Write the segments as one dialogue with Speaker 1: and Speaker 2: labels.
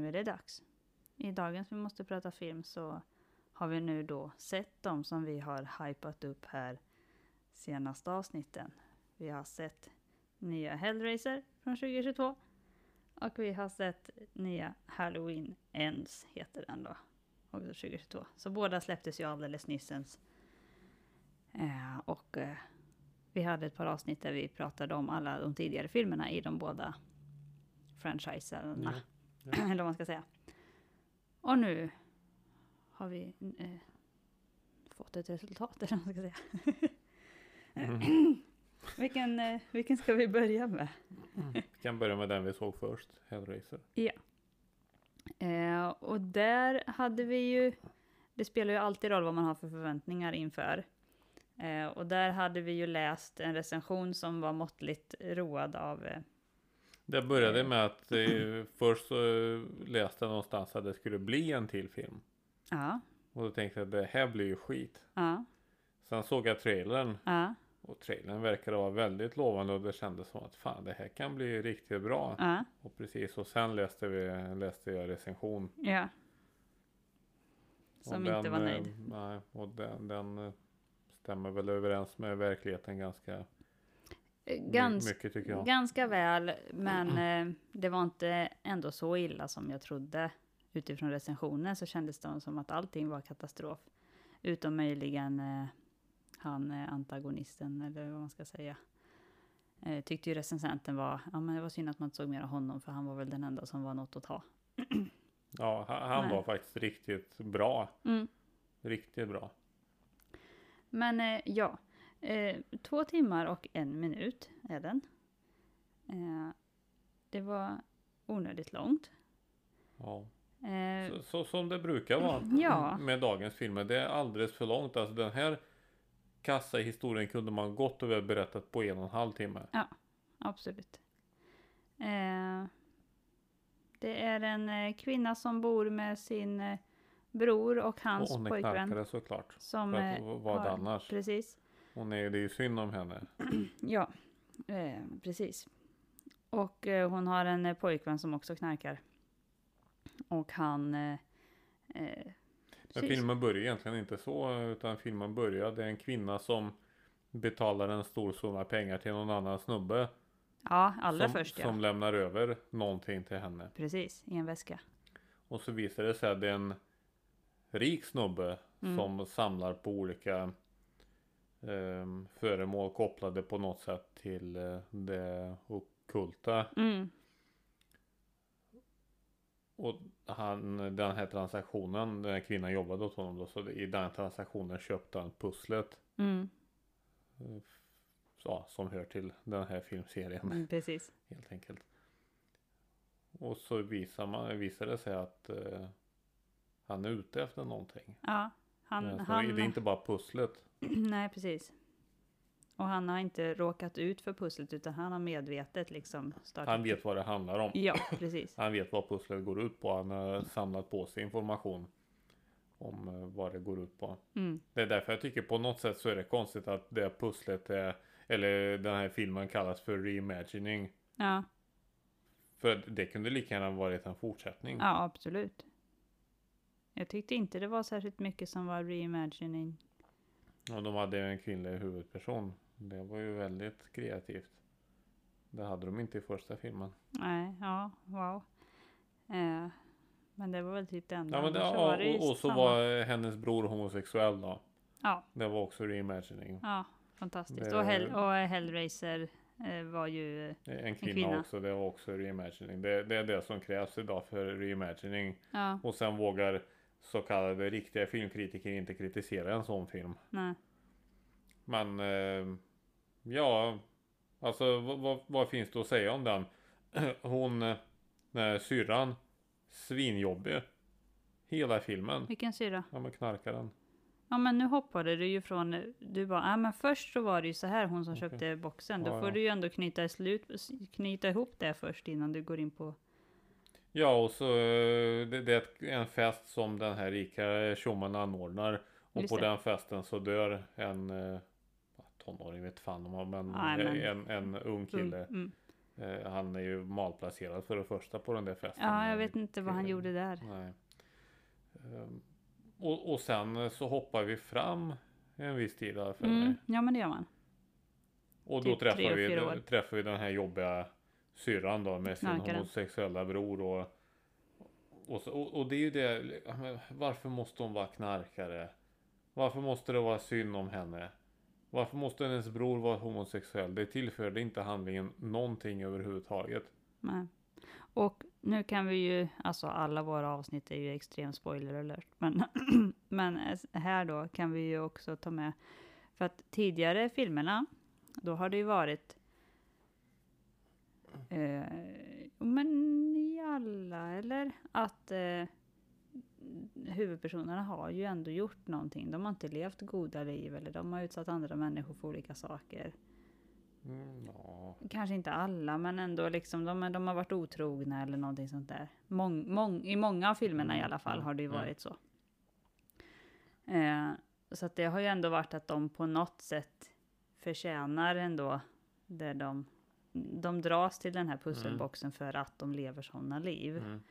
Speaker 1: är det dags. I dagens Vi måste prata film så har vi nu då sett dem som vi har hypat upp här senaste avsnitten. Vi har sett nya Hellraiser från 2022 och vi har sett nya Halloween Ends heter den då, också 2022. Så båda släpptes ju alldeles nyssens. Och vi hade ett par avsnitt där vi pratade om alla de tidigare filmerna i de båda franchiserna.
Speaker 2: Ja.
Speaker 1: Eller vad man ska säga. Och nu har vi fått ett resultat, eller vad man ska säga. Vilken ska vi börja med?
Speaker 2: Vi kan börja med den vi såg först, Hellraiser.
Speaker 1: Ja. Och där hade vi ju, det spelar ju alltid roll vad man har för förväntningar inför. Och där hade vi ju läst en recension som var måttligt road av...
Speaker 2: Det började med att först så läste jag någonstans att det skulle bli en till film.
Speaker 1: Ja.
Speaker 2: Och då tänkte jag att det här blir ju skit.
Speaker 1: Ja.
Speaker 2: Sen såg jag trailern.
Speaker 1: Ja.
Speaker 2: Och trailern verkade vara väldigt lovande och det kändes som att fan det här kan bli riktigt bra.
Speaker 1: Ja.
Speaker 2: Och precis, och sen läste jag recension.
Speaker 1: Ja. Som
Speaker 2: och
Speaker 1: inte var nöjd.
Speaker 2: Nej, och den stämmer väl överens med verkligheten ganska mycket tycker jag.
Speaker 1: Ganska väl, men det var inte ändå så illa som jag trodde. Utifrån recensionen så kändes det som att allting var katastrof. Utom möjligen han antagonisten, eller vad man ska säga. Tyckte ju recensenten men det var synd att man inte såg mer av honom, för han var väl den enda som var något att ta.
Speaker 2: Ja, han var faktiskt riktigt bra. Riktigt bra.
Speaker 1: Men 2 timmar och 1 minut är den. Det var onödigt långt.
Speaker 2: Ja. Så som det brukar vara med dagens filmer. Det är alldeles för långt. Alltså den här kassahistorien kunde man gott och väl berättat på 1,5 timme.
Speaker 1: Ja, absolut. Det är en kvinna som bor med sin bror och hans pojkvän.
Speaker 2: Hon är knarkare såklart.
Speaker 1: Som
Speaker 2: vad annars?
Speaker 1: Precis.
Speaker 2: Det är ju synd om henne.
Speaker 1: Ja, precis. Och hon har en pojkvän som också knarkar. Och han...
Speaker 2: Men filmen börjar egentligen inte så, utan filmen börjar, det är en kvinna som betalar en stor summa pengar till någon annan snubbe.
Speaker 1: Ja, allra först ja.
Speaker 2: Som lämnar över någonting till henne.
Speaker 1: Precis, i en väska.
Speaker 2: Och så visar det sig att det är en rik snubbe som samlar på olika föremål kopplade på något sätt till det ockulta. Och den här transaktionen, den här kvinnan jobbade åt honom då, så i den transaktionen köpte han pusslet. Som hör till den här filmserien.
Speaker 1: Precis.
Speaker 2: Helt enkelt. Och så visar det sig att han är ute efter någonting.
Speaker 1: Ja,
Speaker 2: det är inte bara pusslet.
Speaker 1: Nej, precis. Och han har inte råkat ut för pusslet, utan han har medvetet liksom startat.
Speaker 2: Han vet vad det handlar om.
Speaker 1: Ja, precis.
Speaker 2: Han vet vad pusslet går ut på. Han har samlat på sig information om vad det går ut på. Det är därför jag tycker på något sätt så är det konstigt att det pusslet är, eller den här filmen kallas för reimagining.
Speaker 1: Ja.
Speaker 2: För det kunde lika gärna varit en fortsättning.
Speaker 1: Ja, absolut. Jag tyckte inte det var särskilt mycket som var reimagining.
Speaker 2: Och de hade en kvinnlig huvudperson. Det var ju väldigt kreativt. Det hade de inte i första filmen.
Speaker 1: Nej, ja, wow. Men det var väl typ det enda.
Speaker 2: Ja, men och så var hennes bror homosexuell då.
Speaker 1: Ja.
Speaker 2: Det var också reimagining.
Speaker 1: Ja, fantastiskt. Och Hellraiser var ju
Speaker 2: en kvinna också. Det var också reimagining. Det är det som krävs idag för reimagining.
Speaker 1: Ja.
Speaker 2: Och sen vågar så kallade riktiga filmkritiker inte kritisera en sån film.
Speaker 1: Nej.
Speaker 2: Men alltså vad finns det att säga om den? Hon, syrran, svinjobbig hela filmen.
Speaker 1: Vilken syra?
Speaker 2: Ja, men knarkaren.
Speaker 1: Ja, men nu hoppade du ju från, du bara, men först så var det ju så här, hon som köpte boxen. Då får du ju ändå knyta ihop det först innan du går in på.
Speaker 2: Ja, och så det är en fest som den här rika tjomman anordnar. Och på den festen så dör en tonåring, vet fan om, men en ung kille. Han är ju malplacerad för det första på den där festen.
Speaker 1: Ja, jag vet inte vad han gjorde där.
Speaker 2: Nej. Och sen så hoppar vi fram en viss tid där för mig.
Speaker 1: Ja, men det gör man.
Speaker 2: Och
Speaker 1: typ
Speaker 2: då träffar vi den här jobbiga syrran då med sin homosexuella bror och det är ju det, varför måste hon vara knarkare? Varför måste det vara synd om henne? Varför måste hennes bror vara homosexuell? Det tillförde inte handlingen någonting överhuvudtaget.
Speaker 1: Nej. Och nu kan vi ju, alltså alla våra avsnitt är ju extrem spoiler alert, men här då kan vi ju också ta med, för att tidigare filmerna, då har det ju varit men i alla, eller att huvudpersonerna har ju ändå gjort någonting. De har inte levt goda liv, eller de har utsatt andra människor för olika saker.
Speaker 2: Ja.
Speaker 1: Kanske inte alla, men ändå liksom de har varit otrogna eller någonting sånt där. I många av filmerna i alla fall har det ju varit så. Så att det har ju ändå varit att de på något sätt förtjänar ändå det de dras till den här pusselboxen för att de lever sådana liv.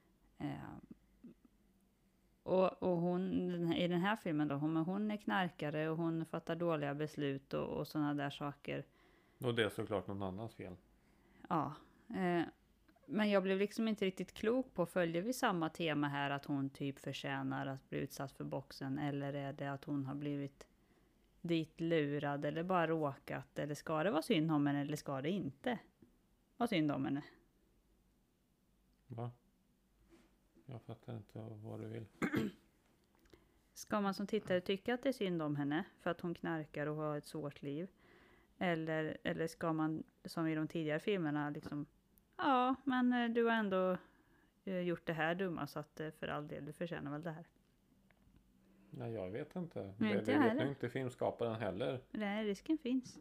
Speaker 1: Och hon i den här filmen då, hon är knarkare och hon fattar dåliga beslut och sådana där saker.
Speaker 2: Och det är såklart någon annans fel.
Speaker 1: Ja. Men jag blev liksom inte riktigt klok på, följer vi samma tema här, att hon typ förtjänar att bli utsatt för boxen, eller är det att hon har blivit dit lurad eller bara råkat, eller ska det vara synd om henne eller ska det inte vara synd om henne?
Speaker 2: Va? Jag fattar inte vad du vill.
Speaker 1: Ska man som tittare tycka att det är synd om henne för att hon knarkar och har ett svårt liv? Eller ska man, som i de tidigare filmerna, liksom, ja, men du har ändå gjort det här dumma, så att för all del, du förtjänar väl det här.
Speaker 2: Nej, jag vet inte.
Speaker 1: Nej,
Speaker 2: det vet nog inte filmskaparen heller.
Speaker 1: Nej, risken finns.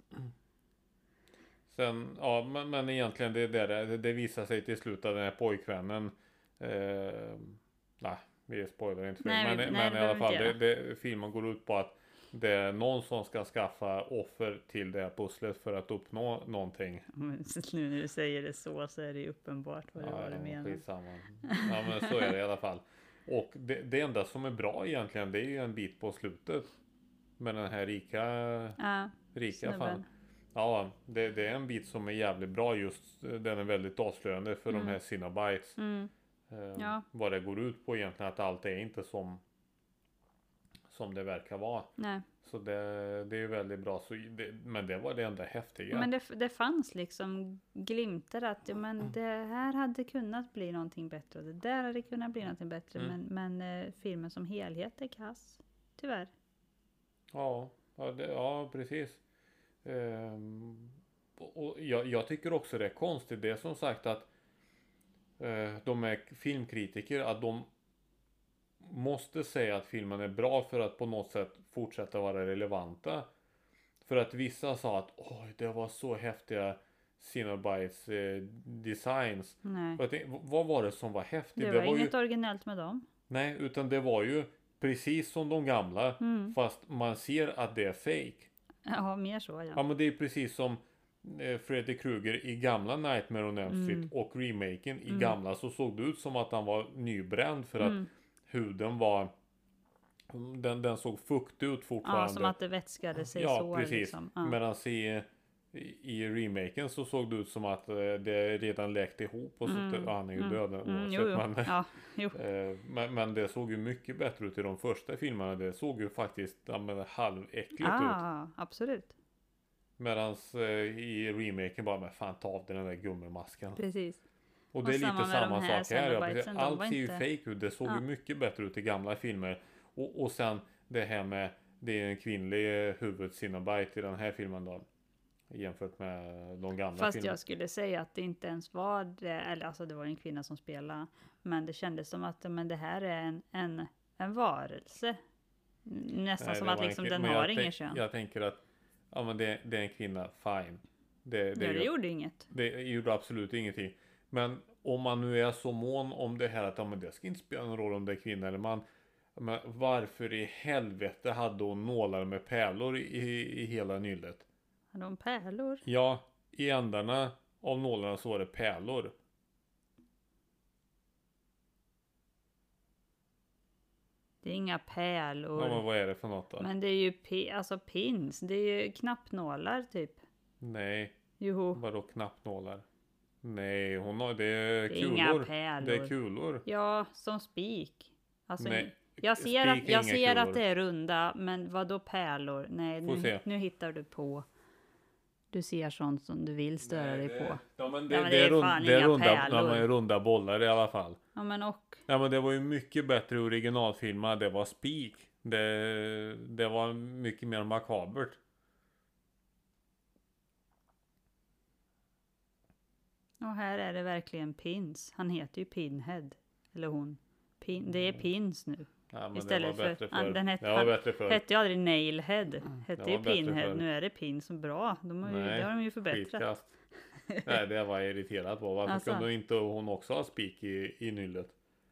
Speaker 2: Sen, ja, men egentligen det visar sig till slut att den här pojkvännen nej, vi spoilar inte för men i alla fall filmen går ut på att det är någon som ska skaffa offer till det här pusslet för att uppnå någonting.
Speaker 1: Men nu när du säger det så är det ju uppenbart vad du menar.
Speaker 2: Skitsamma. Ja, men så är det i alla fall. Och det enda som är bra egentligen, det är ju en bit på slutet med den här rika fan. Ja, det är en bit som är jävligt bra, just den är väldigt avslöjande för de här Cenobites. Vad det går ut på egentligen, att allt är inte som det verkar vara.
Speaker 1: Nej.
Speaker 2: Så det är ju väldigt bra. Men det var det enda häftiga.
Speaker 1: Men det fanns liksom glimtar att men det här hade kunnat bli någonting bättre. Det där hade kunnat bli någonting bättre. Men filmen som helhet är kass. Tyvärr.
Speaker 2: Ja, precis. Och jag tycker också det är konstigt. Det är som sagt att de är filmkritiker, att de måste säga att filmen är bra för att på något sätt fortsätta vara relevanta. För att vissa sa att det var så häftiga Cenobites designs. Vad var det som var häftigt?
Speaker 1: Det var inget originellt med dem.
Speaker 2: Nej, utan det var ju precis som de gamla, fast man ser att det är fake.
Speaker 1: Ja, mer så, ja.
Speaker 2: Ja, men det är precis som Freddy Krueger i gamla Nightmare on Elm Street och remaken i gamla, så såg det ut som att han var nybränd för att huden var den såg fuktig ut fortfarande.
Speaker 1: Ja, som att det vätskade sig så.
Speaker 2: Ja, precis.
Speaker 1: Liksom. Ja.
Speaker 2: Medan i remaken så såg det ut som att det redan läkte ihop och så han är ju död men det såg ju mycket bättre ut i de första filmerna. Det såg ju faktiskt halväckligt ut.
Speaker 1: Absolut.
Speaker 2: Medans i remaken bara, men fan, ta av den där gummimasken.
Speaker 1: Precis.
Speaker 2: Och det är lite samma sak här. Allt ser ju fake ut. Det såg ju mycket bättre ut i gamla filmer. Och sen det här med, det är en kvinnlig huvudcenobite i den här filmen då. Jämfört med de gamla
Speaker 1: filmerna. Fast
Speaker 2: filmerna.
Speaker 1: jag skulle säga att det inte ens var det, eller alltså det var en kvinna som spelade. Men det kändes som att det här är en varelse. Nästan som att liksom, den har ingen kön.
Speaker 2: Jag tänker att men det är en kvinna, fine.
Speaker 1: Det gjorde inget.
Speaker 2: Det gjorde absolut ingenting. Men om man nu är så mån om det här att men det ska inte spela någon roll om det är kvinna eller man. Men varför i helvete hade hon nålar med pärlor i hela nyllet?
Speaker 1: Hade hon pärlor?
Speaker 2: Ja, i ändarna av nålarna så var det pärlor.
Speaker 1: Det är inga pärlor.
Speaker 2: Ja, men vad är det för något då?
Speaker 1: Men det är ju alltså pins. Det är ju knappnålar typ.
Speaker 2: Nej.
Speaker 1: Joho.
Speaker 2: Vadå knappnålar? Nej, hon har, det är kulor.
Speaker 1: Inga pärlor.
Speaker 2: Det är kulor.
Speaker 1: Ja, som spik. Alltså,
Speaker 2: Nej,
Speaker 1: jag ser,
Speaker 2: spik är
Speaker 1: jag
Speaker 2: inga
Speaker 1: ser
Speaker 2: kulor.
Speaker 1: att det är runda, men vad då pärlor? Nej,
Speaker 2: Får se.
Speaker 1: nu hittar du på. Du ser sånt som du vill störa dig på.
Speaker 2: Ja, men
Speaker 1: Ja, men det är fan
Speaker 2: det är
Speaker 1: inga
Speaker 2: runda,
Speaker 1: pärlor.
Speaker 2: runda bollar i alla fall.
Speaker 1: Ja, men och.
Speaker 2: Ja, men det var ju mycket bättre originalfilmer. Det var spik. Det var mycket mer makabert.
Speaker 1: Och här är det verkligen pins. Han heter ju Pinhead. Eller hon. Det är pins nu.
Speaker 2: Ja, men
Speaker 1: Istället
Speaker 2: det var bättre
Speaker 1: för.
Speaker 2: förr.
Speaker 1: Det
Speaker 2: var bättre förr.
Speaker 1: hette ju aldrig Nailhead. Hette
Speaker 2: Det
Speaker 1: ju
Speaker 2: var bättre
Speaker 1: Pinhead.
Speaker 2: förr.
Speaker 1: Nu är det pins. Bra. Det har de ju förbättrat.
Speaker 2: Skitkast. Nej, det var jag irriterad på. Varför
Speaker 1: Alltså.
Speaker 2: kunde inte hon också ha spik i nyllet?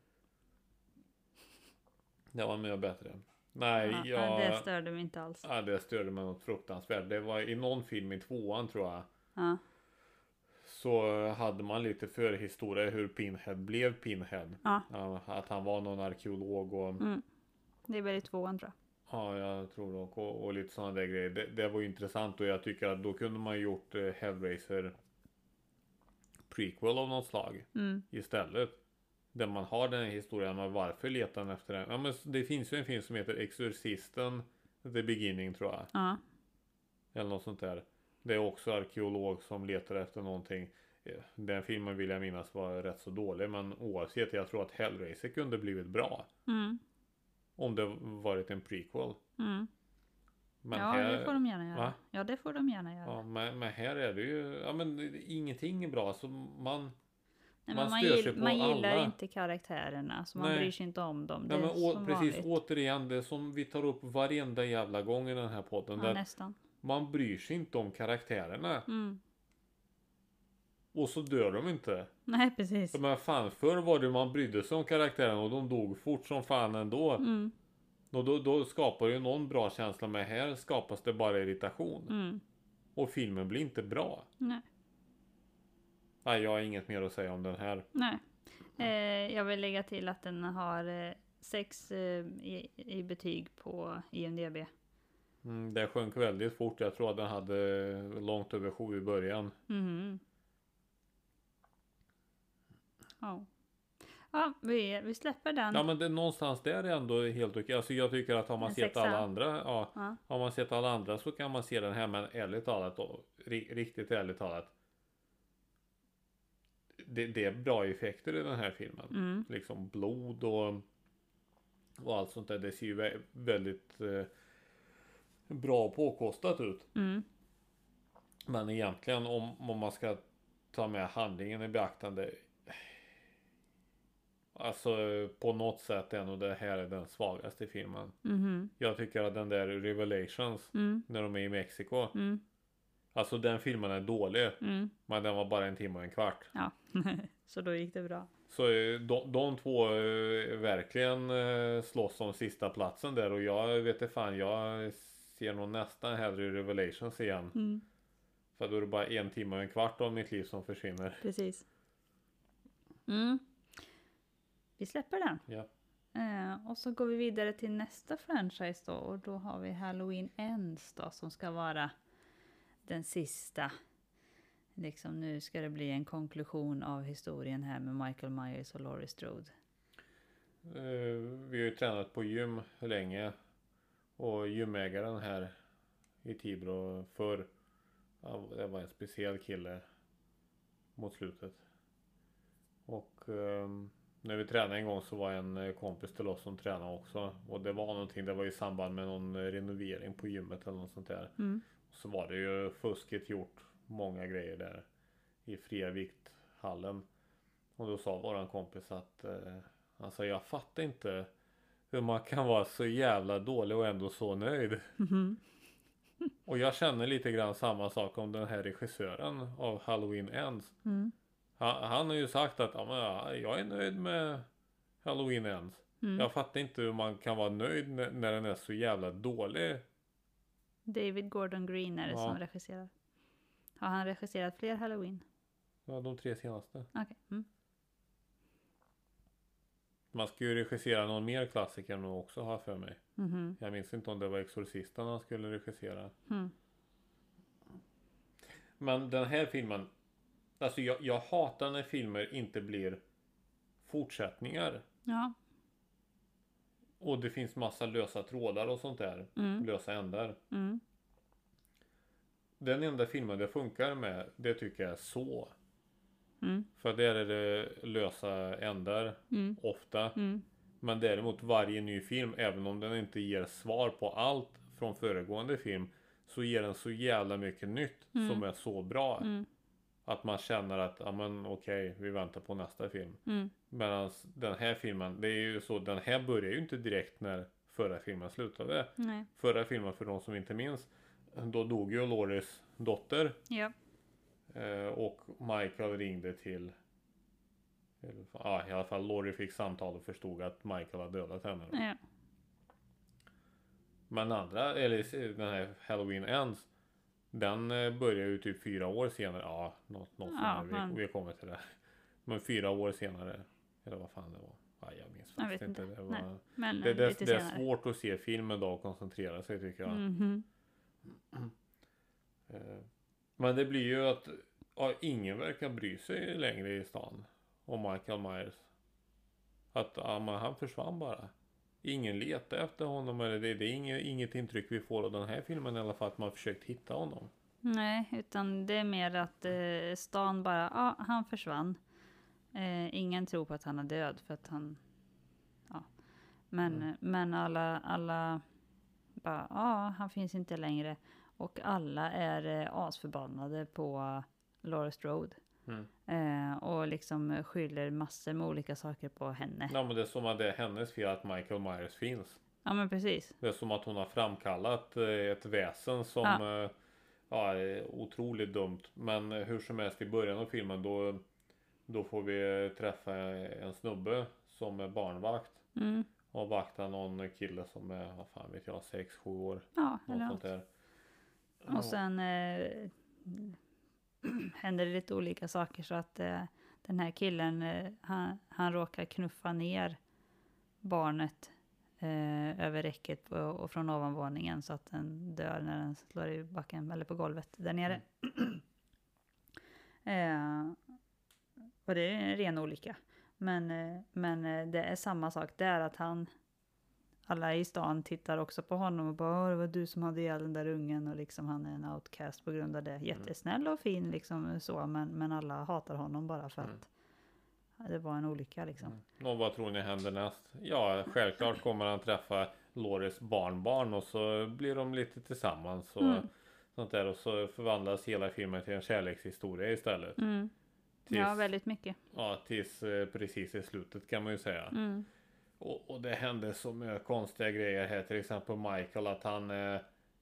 Speaker 2: Det var mer bättre. Nej,
Speaker 1: Ja, det störde mig inte alls.
Speaker 2: Ja, det störde mig något fruktansvärt. Det var i någon film i 2:an tror jag.
Speaker 1: Ja.
Speaker 2: Så hade man lite förhistoria hur Pinhead blev Pinhead.
Speaker 1: Ja.
Speaker 2: Att han var någon arkeolog och...
Speaker 1: Det är väl i 2:an tror jag.
Speaker 2: Ja, jag tror det. Och lite sådana där grejer. Det var ju intressant och jag tycker att då kunde man gjort Hellraiser prequel av något slag istället. Där man har den här historien med varför letar man efter den. Ja, men det finns ju en film som heter Exorcisten The Beginning tror jag.
Speaker 1: Ja.
Speaker 2: Eller något sånt där. Det är också arkeolog som letar efter någonting. Den filmen vill jag minnas var rätt så dålig. Men oavsett, jag tror att Hellraiser kunde blivit bra. Om det varit en prequel. Men
Speaker 1: ja,
Speaker 2: här,
Speaker 1: det får de gärna göra.
Speaker 2: Va?
Speaker 1: Ja, det får de gärna göra.
Speaker 2: Ja, men här är det ju... Ja, men ingenting är bra. Så man...
Speaker 1: Nej, men man gillar inte karaktärerna. Så man bryr sig inte om dem. Det är som
Speaker 2: precis,
Speaker 1: vanligt.
Speaker 2: återigen, det som vi tar upp varenda jävla gång i den här podden.
Speaker 1: Ja, nästan.
Speaker 2: Man bryr sig inte om karaktärerna. Och så dör de inte.
Speaker 1: Nej, precis.
Speaker 2: Men fan, förr var det man brydde sig om karaktärerna och de dog fort som fan ändå. Och då skapar ju någon bra känsla, med här skapas det bara irritation. Och filmen blir inte bra.
Speaker 1: Nej.
Speaker 2: Nej, jag har inget mer att säga om den här.
Speaker 1: Nej. Jag vill lägga till att den har 6 i betyg på IMDb.
Speaker 2: Det sjönk väldigt fort. Jag tror att den hade långt över 7 i början.
Speaker 1: Ja, vi släpper den.
Speaker 2: Ja, men det, någonstans där är ändå helt okej. Alltså jag tycker att har man sett alla andra, har man sett alla andra så kan man se den här, men ärligt talat då, riktigt ärligt talat, det är bra effekter i den här filmen. Liksom blod och allt sånt där. Det ser ju väldigt bra påkostat ut. Men egentligen om man ska ta med handlingen i beaktande, alltså på något sätt är nog det här är den svagaste filmen. Jag tycker att den där Revelations när de är i Mexiko, alltså den filmen är dålig, men den var bara 1 timme och 1/4.
Speaker 1: Ja, så då gick det bra.
Speaker 2: Så de två verkligen slåss om sista platsen där, och jag vet inte fan, jag ser nog nästan hellre Revelations igen. För då är det bara 1 timme och 1/4 av mitt liv som försvinner.
Speaker 1: Precis. Vi släpper den.
Speaker 2: Ja.
Speaker 1: Och så går vi vidare till nästa franchise då. Och då har vi Halloween Ends då, som ska vara den sista. Liksom nu ska det bli en konklusion av historien här med Michael Myers och Laurie Strode.
Speaker 2: Vi har ju tränat på gym länge. Och gymägaren här i Tibro för det var en speciell kille mot slutet. Och när vi tränade en gång så var en kompis till oss som tränade också. Och det var någonting, det var i samband med någon renovering på gymmet eller något sånt där. Så var det ju fusket gjort många grejer där i Friavikthallen. Och då sa våran kompis att alltså jag fattar inte hur man kan vara så jävla dålig och ändå så nöjd. Och jag känner lite grann samma sak om den här regissören av Halloween Ends. Han har ju sagt att jag är nöjd med Halloween Ends. Jag fattar inte hur man kan vara nöjd när den är så jävla dålig.
Speaker 1: David Gordon Green är det som regisserar. Har han regisserat fler Halloween?
Speaker 2: Ja, de 3 senaste.
Speaker 1: Okej. Mm.
Speaker 2: Man ska ju regissera någon mer klassiker nu också, har för mig.
Speaker 1: Mhm.
Speaker 2: Jag minns inte om det var Exorcisten han skulle regissera.
Speaker 1: Mm.
Speaker 2: Men den här filmen, alltså jag hatar när filmer inte blir fortsättningar.
Speaker 1: Ja.
Speaker 2: Och det finns massa lösa trådar och sånt där.
Speaker 1: Mm.
Speaker 2: Lösa ändar.
Speaker 1: Mm.
Speaker 2: Den enda filmen det funkar med, det tycker jag är Så.
Speaker 1: Mm.
Speaker 2: För där är det lösa ändar
Speaker 1: Mm.
Speaker 2: ofta.
Speaker 1: Mm.
Speaker 2: Men däremot varje ny film, även om den inte ger svar på allt från föregående film, så ger den så jävla mycket nytt som är så bra.
Speaker 1: Mm.
Speaker 2: Att man känner att, ja men okej, vi väntar på nästa film.
Speaker 1: Mm.
Speaker 2: Medan den här filmen, det är ju så, den här börjar ju inte direkt när förra filmen slutade.
Speaker 1: Nej.
Speaker 2: Förra filmen, för de som inte minns, då dog ju Lauries dotter.
Speaker 1: Ja.
Speaker 2: Och Michael ringde till, ja i alla fall Laurie fick samtal och förstod att Michael hade dödat henne.
Speaker 1: Ja.
Speaker 2: Men andra, eller den här Halloween Ends, den börjar ju typ 4 år senare. Ja, något
Speaker 1: Ja, men...
Speaker 2: vi kommer till det. Men 4 år senare, eller vad fan det var. Ja, jag minns faktiskt inte. Det, var,
Speaker 1: Nej, men
Speaker 2: det
Speaker 1: lite
Speaker 2: är svårt att se filmen då och koncentrera sig tycker jag.
Speaker 1: Mhm.
Speaker 2: Men det blir ju att ingen verkar bry sig längre i stan om Michael Myers. Att han försvann bara. Ingen letar efter honom, eller det är inget intryck vi får av den här filmen i alla fall, att man försökt hitta honom.
Speaker 1: Nej, utan det är mer att stan bara, han försvann. Ingen tror på att han är död för att han, men alla bara, han finns inte längre. Och alla är asförbannade på Laurie Strode. Och liksom skyller massor med olika saker på henne.
Speaker 2: Ja, men det är som att det är hennes fel att Michael Myers finns.
Speaker 1: Ja, men precis.
Speaker 2: Det är som att hon har framkallat ett väsen som är otroligt dumt. Men hur som helst, i början av filmen då får vi träffa en snubbe som är barnvakt. Och vakta någon kille som är, vad fan vet jag, 6-7 år.
Speaker 1: Ja,
Speaker 2: något
Speaker 1: eller
Speaker 2: sånt där.
Speaker 1: Och sen händer det lite olika saker så att den här killen, han råkar knuffa ner barnet över räcket och från ovanvåningen så att den dör när den slår i backen eller på golvet där nere. Och det är en ren olycka. Men det är samma sak där, att alla i stan tittar också på honom och bara, det var du som hade ihjäl den där ungen, och liksom han är en outcast på grund av det. Jättesnäll och fin liksom så, men alla hatar honom bara för att det var en olycka liksom.
Speaker 2: Och vad tror ni händer näst? Ja, självklart kommer han träffa Lauries barnbarn och så blir de lite tillsammans och sånt där, och så förvandlas hela filmen till en kärlekshistoria istället.
Speaker 1: Ja, väldigt mycket.
Speaker 2: Ja, tills precis i slutet kan man ju säga. Och det händer så mycket konstiga grejer här. Till exempel Michael, att han är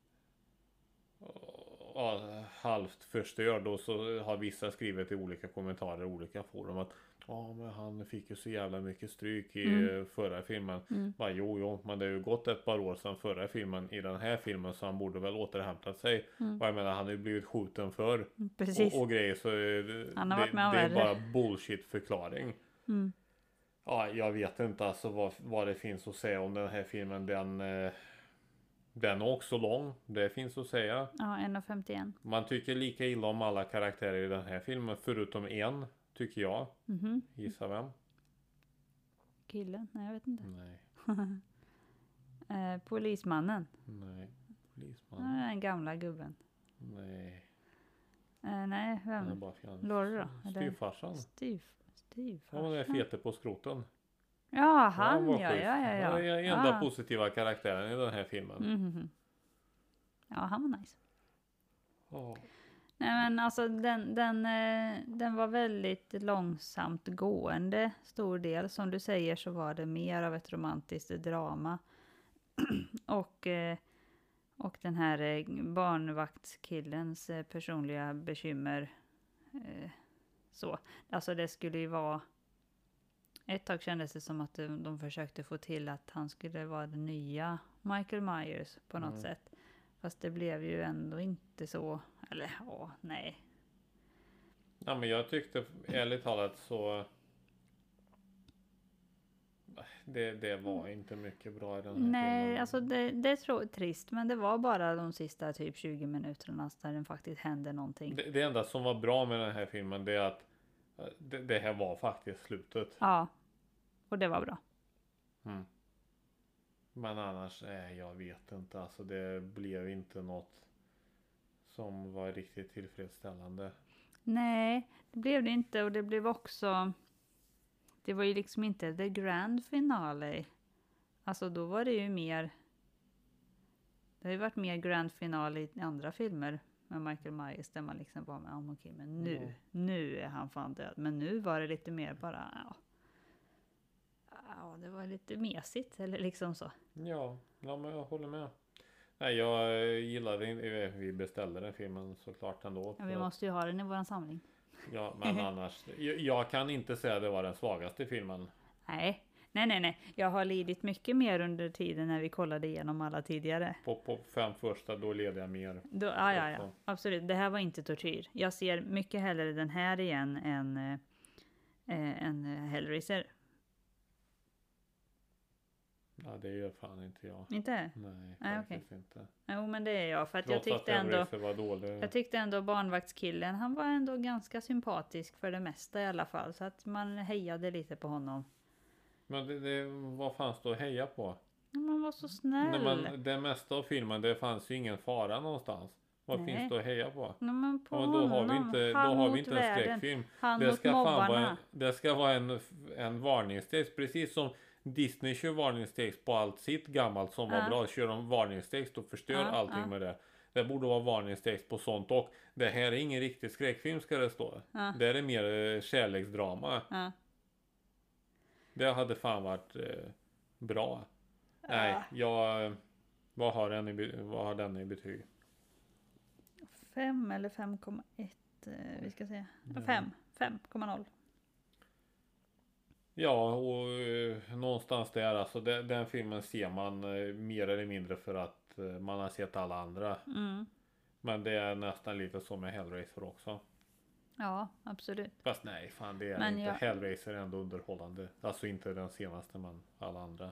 Speaker 2: halvt förstörd, och så har vissa skrivit i olika kommentarer, olika forum att men han fick ju så jävla mycket stryk i förra filmen. Jo, men det har ju gått ett par år sedan förra filmen i den här filmen, så han borde väl återhämtat sig. Och jag menar, han har ju blivit skjuten för och grejer, så
Speaker 1: han har varit med
Speaker 2: det är bara bullshit förklaring. Ja, jag vet inte alltså vad det finns att säga om den här filmen. Den är också lång, det finns att säga.
Speaker 1: Ja, 1:51.
Speaker 2: Man tycker lika illa om alla karaktärer i den här filmen, förutom en, tycker jag. Gissa vem?
Speaker 1: Killen? Nej, jag vet inte.
Speaker 2: Nej.
Speaker 1: Polismannen.
Speaker 2: Nej. Polismannen.
Speaker 1: Den gamla gubben.
Speaker 2: Nej.
Speaker 1: Nej, vem? Laurie då?
Speaker 2: Styvfarsan.
Speaker 1: Styvfarsan.
Speaker 2: Ja, det är fete på skroten.
Speaker 1: Ja, han
Speaker 2: var
Speaker 1: ja.
Speaker 2: Det är enda positiva karaktären i den här filmen.
Speaker 1: Ja, han var nice.
Speaker 2: Oh.
Speaker 1: Nej, men alltså den var väldigt långsamt gående, stor del. Som du säger så var det mer av ett romantiskt drama. och den här barnvaktskillens personliga bekymmer. Så. Alltså det skulle ju vara... Ett tag kändes det som att de försökte få till att han skulle vara den nya Michael Myers på något sätt. Fast det blev ju ändå inte så. Eller, nej.
Speaker 2: Ja, men jag tyckte ärligt talat så det var inte mycket bra i den här
Speaker 1: Nej,
Speaker 2: filmen.
Speaker 1: alltså det tror jag är trist, men det var bara de sista typ 20 minuterna där det faktiskt hände någonting.
Speaker 2: Det enda som var bra med den här filmen, det är att det här var faktiskt slutet.
Speaker 1: Ja, och det var bra.
Speaker 2: Mm. Men annars, jag vet inte. Alltså det blev inte något som var riktigt tillfredsställande.
Speaker 1: Nej, det blev det inte, och det blev också... Det var ju liksom inte the grand finale. Alltså då var det ju mer... Det har ju varit mer grand finale i andra filmer med Michael Myers där man liksom var med, okej, men nu är han fan död. Men nu var det lite mer bara, ja, det var lite mesigt eller liksom så.
Speaker 2: Ja, men jag håller med. Nej, jag gillade inte, vi beställde den filmen såklart ändå.
Speaker 1: Ja, vi måste ju ha den i våran samling.
Speaker 2: Ja, men annars, jag kan inte säga att det var den svagaste filmen.
Speaker 1: Nej. Jag har lidit mycket mer under tiden när vi kollade igenom alla tidigare.
Speaker 2: På 5 första, då led jag mer.
Speaker 1: Ja, absolut. Det här var inte tortyr. Jag ser mycket hellre den här igen än Hellraiser.
Speaker 2: Ja, det gör fan inte jag.
Speaker 1: Inte?
Speaker 2: Nej, faktiskt inte.
Speaker 1: Jo, men det är jag. För att
Speaker 2: Trots
Speaker 1: jag tyckte ändå barnvaktskillen, han var ändå ganska sympatisk för det mesta i alla fall. Så att man hejade lite på honom.
Speaker 2: Men vad fanns det att heja på?
Speaker 1: Man var så snäll.
Speaker 2: Nej, men det mesta av filmen, det fanns ju ingen fara någonstans. Vad finns det att heja på?
Speaker 1: Nej, men på
Speaker 2: då har vi inte en skräckfilm. Det ska vara en varningstext. Precis som Disney kör varningstext på allt sitt gammalt som var bra. Kör de varningstext och förstör allting med det. Det borde vara varningstext på sånt. Och det här är ingen riktig skräckfilm, ska det stå. Det är mer kärleksdrama. Det hade fan varit bra. Nej, vad har den i betyg?
Speaker 1: 5 eller 5,1. Vi ska se. 5,0.
Speaker 2: Ja, och någonstans där, alltså den filmen ser man mer eller mindre för att man har sett alla andra. Men det är nästan lite som med Hellraiser också.
Speaker 1: Ja, absolut.
Speaker 2: Fast nej, fan det är inte. Hellraiser är ändå underhållande. Alltså inte den senaste, men alla andra.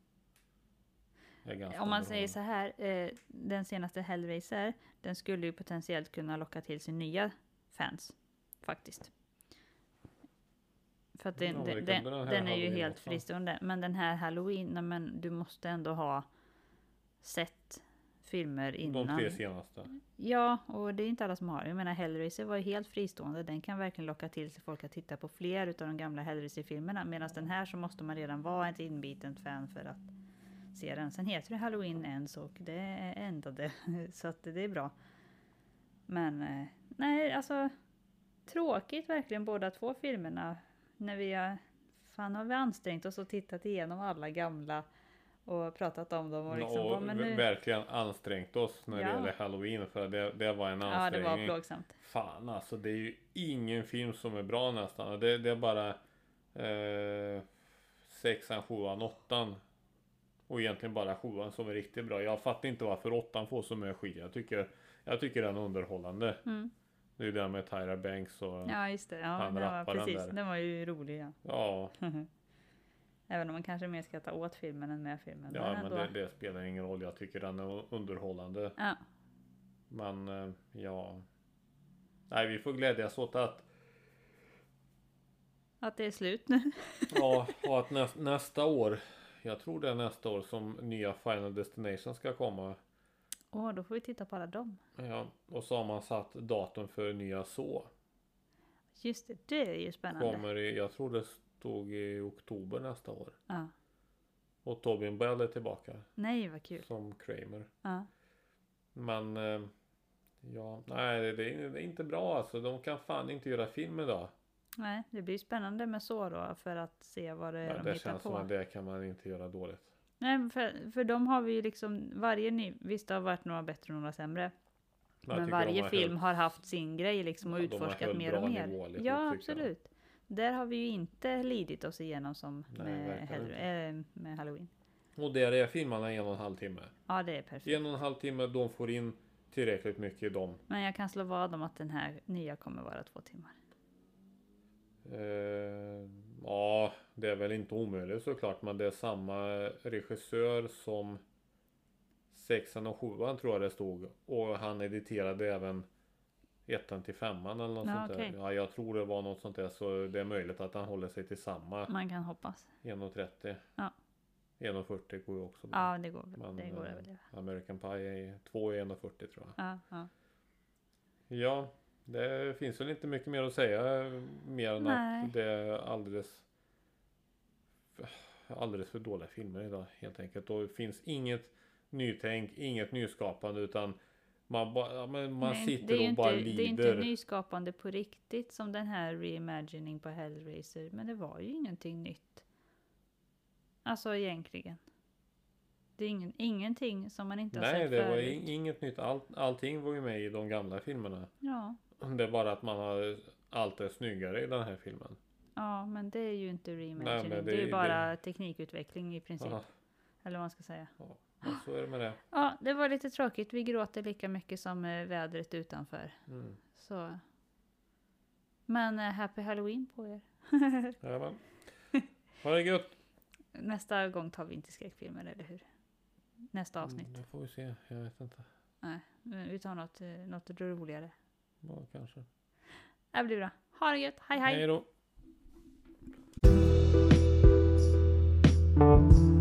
Speaker 1: Om man säger så här, den senaste Hellraiser, den skulle ju potentiellt kunna locka till sig nya fans, faktiskt. För att den är ju helt också fristående. Men den här Halloween, men du måste ändå ha sett filmer innan.
Speaker 2: De 3 senaste.
Speaker 1: Ja, och det är inte alla som har. Jag menar, Hellraiser var ju helt fristående. Den kan verkligen locka till sig folk att titta på fler utav de gamla Hellraiser-filmerna. Medan den här så måste man redan vara ett inbiten fan för att se den. Sen heter det Halloween Ends och det är ändå så att det är bra. Men nej, alltså tråkigt verkligen båda 2 filmerna. När vi har vi ansträngt oss och tittat igenom alla gamla och pratat om dem. Och liksom,
Speaker 2: verkligen ansträngt oss när det gäller Halloween. För det var en ansträngning.
Speaker 1: Ja, det var plågsamt.
Speaker 2: Fan, alltså det är ju ingen film som är bra nästan. Det är bara 6an, 7an, 8an. Och egentligen bara 7an som är riktigt bra. Jag fattar inte varför 8an får så mycket skit. Jag tycker den är underhållande. Det är ju den med Tyra Banks och
Speaker 1: ja, just det. Ja, den var ju rolig. Ja. Även om man kanske mer ska ta åt filmen än med filmen.
Speaker 2: Ja, men det spelar ingen roll. Jag tycker den är underhållande.
Speaker 1: Ja.
Speaker 2: Men nej, vi får glädjas åt att
Speaker 1: det är slut nu.
Speaker 2: Ja, och att nästa år, jag tror det är nästa år som nya Final Destination ska komma.
Speaker 1: Då får vi titta på alla dem.
Speaker 2: Ja, och så har man satt datum för nya så.
Speaker 1: Just det är ju spännande.
Speaker 2: Jag tror det stod i oktober nästa år.
Speaker 1: Ja.
Speaker 2: Och Tobin Bell är tillbaka.
Speaker 1: Nej, vad kul.
Speaker 2: Som Kramer.
Speaker 1: Ja.
Speaker 2: Men nej, det är inte bra alltså. De kan fan inte göra film idag.
Speaker 1: Nej, det blir spännande med så då för att se vad det är de hittar på.
Speaker 2: Det känns som att det kan man inte göra dåligt.
Speaker 1: Nej, för de har vi ju liksom visst det har varit några bättre och några sämre. Men varje film har haft sin grej liksom och utforskat mer och mer. Ja, absolut. Där har vi ju inte lidit oss igenom som med Halloween.
Speaker 2: Och där är filmerna 1,5 timme.
Speaker 1: Ja, det är perfekt.
Speaker 2: 1,5 timme, de får in tillräckligt mycket i dem.
Speaker 1: Men jag kan slå vad om att den här nya kommer vara 2 timmar.
Speaker 2: Ja, det är väl inte omöjligt såklart, men det är samma regissör som 6:an och 7:an tror jag det stod. Och han editerade även 1:an till 5:an eller något sånt
Speaker 1: Okay.
Speaker 2: där. Ja, jag tror det var något sånt där, så det är möjligt att han håller sig till samma.
Speaker 1: Man kan hoppas.
Speaker 2: 1:30.
Speaker 1: Ja.
Speaker 2: 1:40 går ju också bra.
Speaker 1: Ja, det går väl.
Speaker 2: Men,
Speaker 1: det går väl.
Speaker 2: American Pie är 2:1:40 tror jag.
Speaker 1: Ja.
Speaker 2: Ja, det finns väl inte mycket mer att säga mer än att det är alldeles för dåliga filmer idag helt enkelt. Och det finns inget nytänk, inget nyskapande, utan man sitter och bara lider.
Speaker 1: Det är inte nyskapande på riktigt som den här reimagining på Hellraiser, men det var ju ingenting nytt. Alltså egentligen. Det är ingenting som man inte har sett förut.
Speaker 2: Nej, det var inget nytt. Allting var ju med i de gamla filmerna.
Speaker 1: Ja.
Speaker 2: Det är bara att man har allt är snyggare i den här filmen.
Speaker 1: Ja, men det är ju inte reimagining. Nej, det är ju bara teknikutveckling i princip. Aha. Eller vad man ska säga.
Speaker 2: Ja, så är det med det.
Speaker 1: Ja, det var lite tråkigt. Vi gråter lika mycket som vädret utanför.
Speaker 2: Mm.
Speaker 1: Så. Men happy Halloween på er.
Speaker 2: Ja, ha det gött.
Speaker 1: Nästa gång tar vi inte skräckfilmer, eller hur? Nästa avsnitt.
Speaker 2: Det får vi se, jag vet inte.
Speaker 1: Nej, vi tar något roligare.
Speaker 2: Ja, kanske.
Speaker 1: Det blir bra. Ha det gött. Hej hej.
Speaker 2: Hej då.